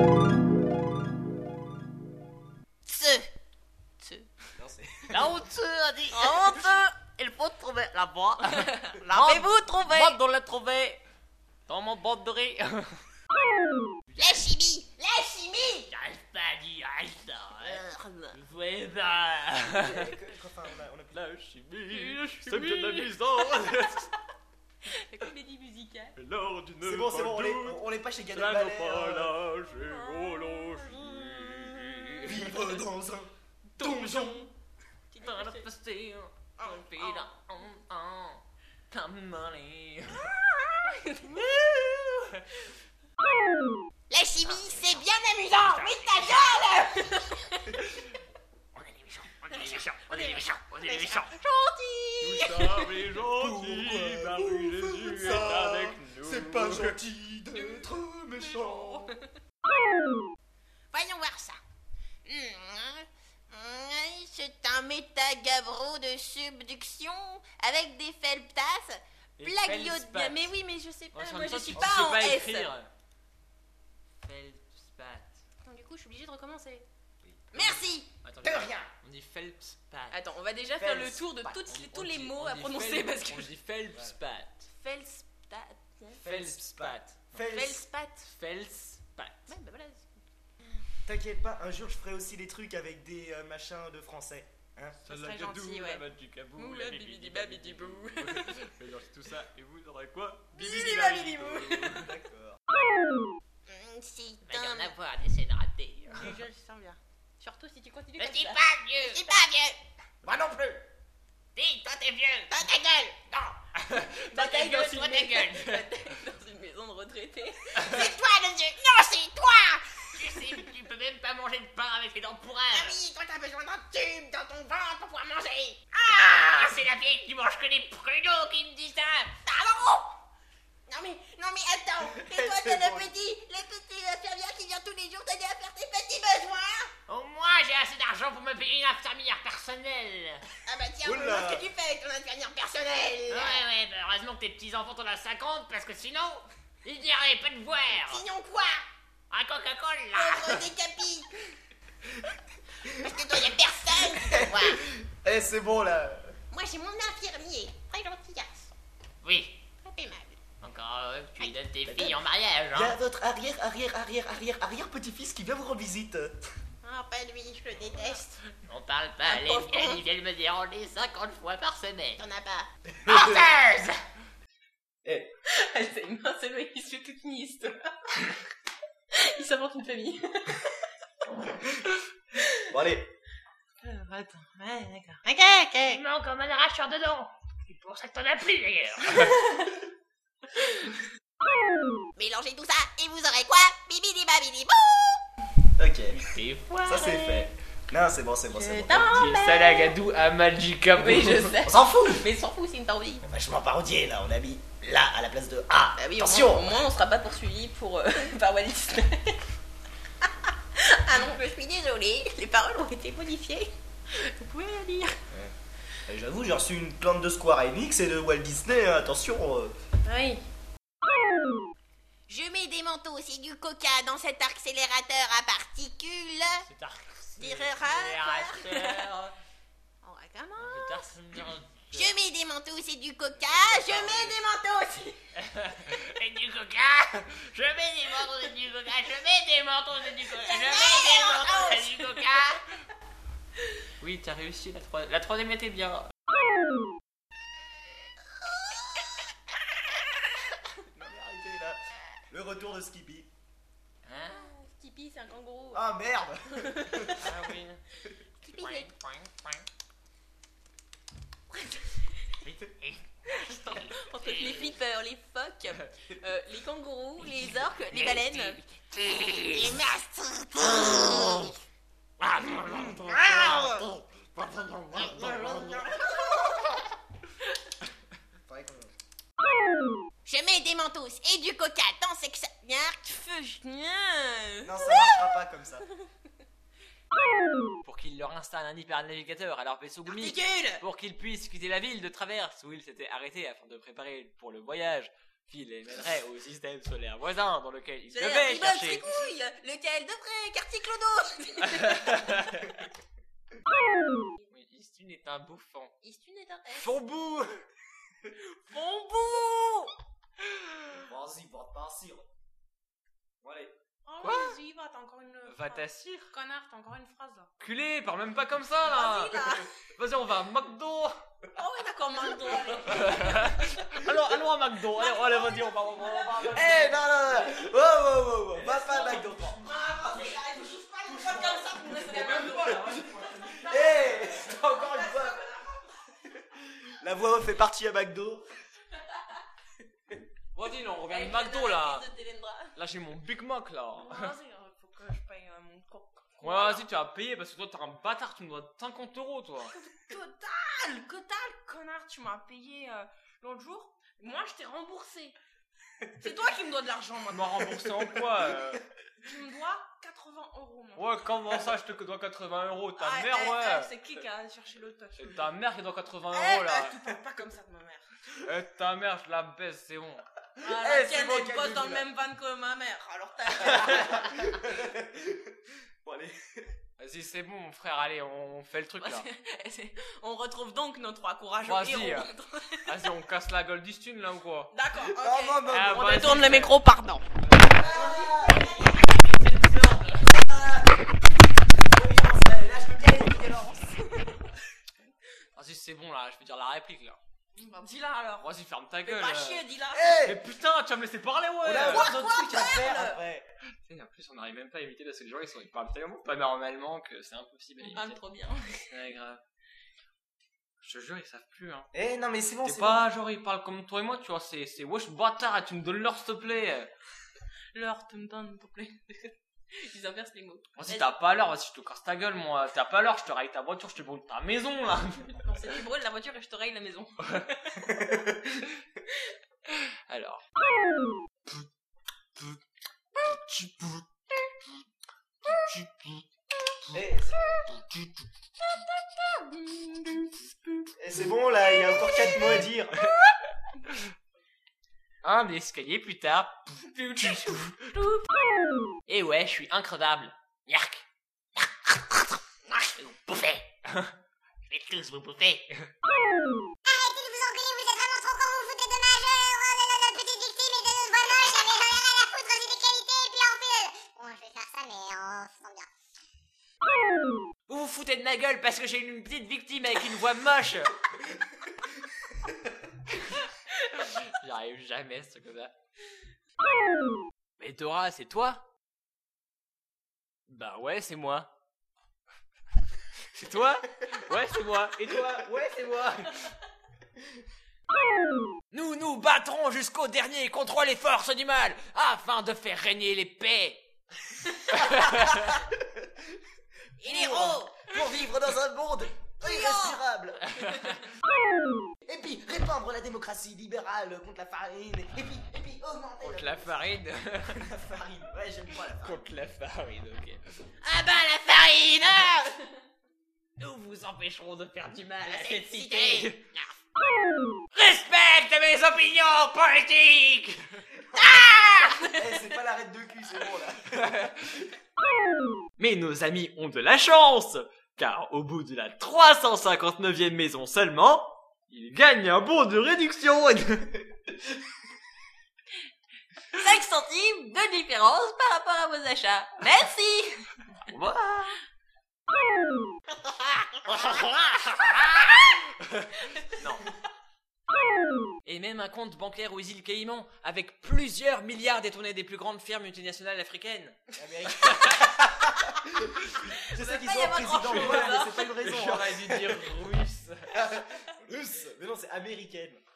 Non, c'est... Lao Tzu a dit Lao Tzu, il faut trouver la voie. L'avez-vous trouvé? Moi de la trouver dans mon bol de riz. La chimie. La chimie. J'arrive pas à dire ça. Je fais ça. Enfin, on a plus... La chimie, c'est bien amusant. La comédie musicale. Lors d'une C'est bon, on est pas chez Gad la Elmaleh. la géologie. Vivre dans un donjon. Dans le passé, on fait ta money. La chimie, c'est bien amusant. Mais ta gueule. On est des méchants, on est des méchants, on est des méchants, on est des méchants. Gentil. Nous sommes les gentils, Pourquoi Marie vous Jésus faites est ça? avec nous. C'est pas gentil d'être méchant. Voyons voir ça. C'est un métagavro de subduction avec des felptas. Et Plagiot. feldspat. Mais oui, mais je sais pas. Ouais, en Moi, même je temps, suis tu pas sais en pas S. écrire. Feldspat. Donc, du coup, je suis obligée de recommencer. Merci. Attends, De rien. on dit Feldspat. Attends, on va déjà faire le Fels- tour de pat. tous les mots à prononcer parce que... On dit Feldspat. Felspat. Feldspat. Felspat. Feldspat. Ouais, bah voilà. T'inquiète pas, un jour je ferai aussi des trucs avec des machins de français. Hein? Ça serait gentil, ouais. Ouh, la bibidi babidi bou. Mélangez tout ça et vous aurez quoi? Bibidi babidi bou. D'accord. C'est Il va y en un... avoir des scènes ratées. Je le sens bien. Surtout si tu continues Je comme dis ça. pas vieux. Je dis pas vieux. Moi non plus. Dis, toi t'es vieux. Toi ta gueule. Non. Toi ta gueule, toi ta gueule. Dans une maison de retraités. C'est toi le vieux. Non, c'est toi. Tu sais, tu peux même pas manger de pain avec les dents Ah pourraves. oui, toi t'as besoin d'un tube dans ton ventre pour pouvoir manger. Ah, c'est la vieille qui mange que des pruneaux qui me dit ça. Pardon. Non mais attends. Et toi C'est t'es bon. le petit infirmière qui vient tous les jours t'aider à faire tes petits besoins. Au moins, j'ai assez d'argent pour me payer une infirmière personnelle. Ah bah tiens, Oula. qu'est-ce que tu fais avec ton infirmière personnelle? Ouais, bah heureusement que tes petits-enfants t'en as 50, parce que sinon, ils n'iraient pas te voir. Sinon quoi? Un Coca-Cola. Pauvre décapi. Parce que toi y'a personne qui te voit. Eh, c'est bon là. Moi j'ai mon infirmier, très gentil garçon, Oui, très aimable. encore tu lui donnes tes filles en mariage, Il y a hein. votre arrière petit-fils qui vient vous rendre visite. Ah pas lui, je le déteste. On parle pas, Un pauvre con. ils viennent me déranger 50 fois par semaine. T'en as pas. Menteuse. Eh, C'est immense, c'est le mec qui se fait toute une histoire. Il s'invente une famille. bon allez. Alors, attends. Ouais, d'accord. Ok. Il manque comme un arracheur dedans. C'est pour ça que t'en as plus d'ailleurs. Mélangez tout ça et vous aurez quoi? Bibidi babidi bou. Ok, Des fois. ça c'est fait. Non, c'est bon, c'est bon. Dis Salagadou à Magica. Oui, je sais. On s'en fout. Mais s'en fout, c'est une envie. On va vachement parodier là, on a mis là à la place de A. Bah oui, Attention. au moins on sera pas poursuivi pour par Walt Disney. Ah non, je suis désolée. Les paroles ont été modifiées. Vous pouvez la lire. Et j'avoue, j'ai reçu une plante de Square Enix et de Walt Disney, hein, attention. Oui. Je mets des mentos et du coca dans cet accélérateur à particules. C'est accélérateur. On recommence. Je mets des mentos et du coca. Je mets des mentos. Et du coca. Je mets des manteaux et du coca. Je mets des manteaux et du coca. Je mets des manteaux et du coca. Oui, t'as réussi la troisième était bien. Non mais arrêtez là. Le retour de Skippy. Hein? Skippy, c'est un kangourou. Ah merde. Ah oui. Entre les flippers, les phoques, les kangourous, les orques, les baleines. Les mastiques. Je mets des mentos et du coca dans cette Non, ça marchera pas comme ça. Pour qu'il leur installe un hypernavigateur à leur vaisseau Gumi. Ridicule. Pour qu'ils puissent quitter la ville de traverse où ils s'étaient arrêtés afin de préparer pour le voyage qui les mènerait au système solaire voisin dans lequel ils devaient chercher lequel de près? Quartier Clodo. Oui, Istune est un bouffon. Istune est un S. Fombou. Fombou. Vas-y, va te partir. Bon, allez. Oh, Quoi? vas-y, va, t'as encore une Va phrase. t'assire. Connard, t'as encore une phrase là. Culé, parle même pas comme ça là. Vas-y, là. Vas-y, on va à McDo. Oh oui, d'accord, McDo. Allons à McDo. Allez, vas-y, on va à McDo. Eh, non, non, non. Wow. Va pas à McDo. Eh, encore une fois. La voix off fait partie à McDo. Vas-y, non, on revient de McDo là. Là, j'ai mon Big Mac là. Vas-y, faut que je paye mon coq. Ouais, vas-y, tu vas payer parce que toi, t'es un bâtard, tu me dois 50 €, toi. Total, connard, tu m'as payé l'autre jour. Moi, je t'ai remboursé. C'est toi qui me dois de l'argent Tu maintenant. m'as remboursé en quoi Tu me dois 80 € maintenant. Ouais, comment ça, je te dois 80 €? Ta Ah, mère, ouais. C'est qui a allé chercher le touch? C'est ta mère qui doit 80 Eh, € là. tu parles pas comme ça de ma mère. Ta mère, je la baisse, c'est bon. Ah, Eh, la c'est tienne, bon, elle bosse calme-toi, dans le là. même van que ma mère. Alors t'as... Bon, allez. Vas-y, c'est bon, mon frère, allez, on fait le truc là. On retrouve donc nos trois courageux Vas-y. héros. Vas-y, on casse la gueule d'Istune là ou quoi? D'accord, ok. Non. Ah, On vas-y, détourne le fais. micro, pardon. Vas-y, c'est bon là, je vais dire la réplique là. Dis-la alors. Vas-y, ferme ta Fais gueule. pas chier, dis-la. Mais putain, tu vas me laisser parler, ouais. On a encore d'autres trucs à faire après. Tu sais, en plus, on n'arrive même pas à imiter parce que les gens ils parlent tellement pas normalement que c'est impossible à On parle imiter. trop bien. Ouais, grave. Je te jure, ils savent plus, hein. Eh, non, mais c'est bon, C'est c'est pas genre ils parlent comme toi et moi, tu vois, c'est wesh bâtard, tu me donnes l'heure s'il te plaît. L'heure, tu me donnes, s'il te plaît. Ils inversent les mots. Vas-y, t'as pas l'heure, vas-y, je te casse ta gueule, moi. T'as pas l'heure, je te raille ta voiture, je te brûle ta maison, là. Non, c'est tu brûles la voiture et je te raye la maison. Alors. Eh, c'est bon, là, il y a encore 4 mots à dire. Un escalier plus tard. Et ouais, je suis incroyable. Yark. Vous bouffez. Je vais tous vous bouffer. Arrêtez de vous engueuler, vous êtes vraiment trop con, vous foutez de ma gueule, notre petite victime et de notre voix moche, mais j'en ai rien à foutre, c'est des qualités, et puis on fait... Bon, je vais faire ça, mais on se sent bien. Vous vous foutez de ma gueule parce que j'ai une petite victime avec une voix moche. J'arrive jamais à ce truc comme ça. Mais Dora, c'est toi? Bah ouais, c'est moi. C'est toi? Ouais, c'est moi. Et toi? Ouais, c'est moi. Nous nous battrons jusqu'au dernier contre les forces du mal afin de faire régner les paix. Et les héros. Pour vivre dans un monde irrespirable. Et puis, répandre la démocratie libérale contre la farine. Et puis augmenter Contre la farine. la farine. Ouais, j'aime pas la farine. Contre la farine, ok. Ah bah la farine. Nous vous empêcherons de faire du mal à cette cette cité. cité. Respecte mes opinions politiques. Eh, c'est pas l'arrête de cul, c'est bon là. Mais nos amis ont de la chance, car au bout de la 359e maison seulement, ils gagnent un bon de réduction. 5 centimes de différence par rapport à vos achats. Merci. Au revoir. Non. Et même un compte bancaire aux îles Caïmans avec plusieurs milliards détournés des plus grandes firmes multinationales africaines. Je sais qu'ils pas y sont en avoir président, grand-chose, ouais, mais hein. c'est pas une raison. J'aurais dû dire russe. Russe. Mais non, c'est américaine.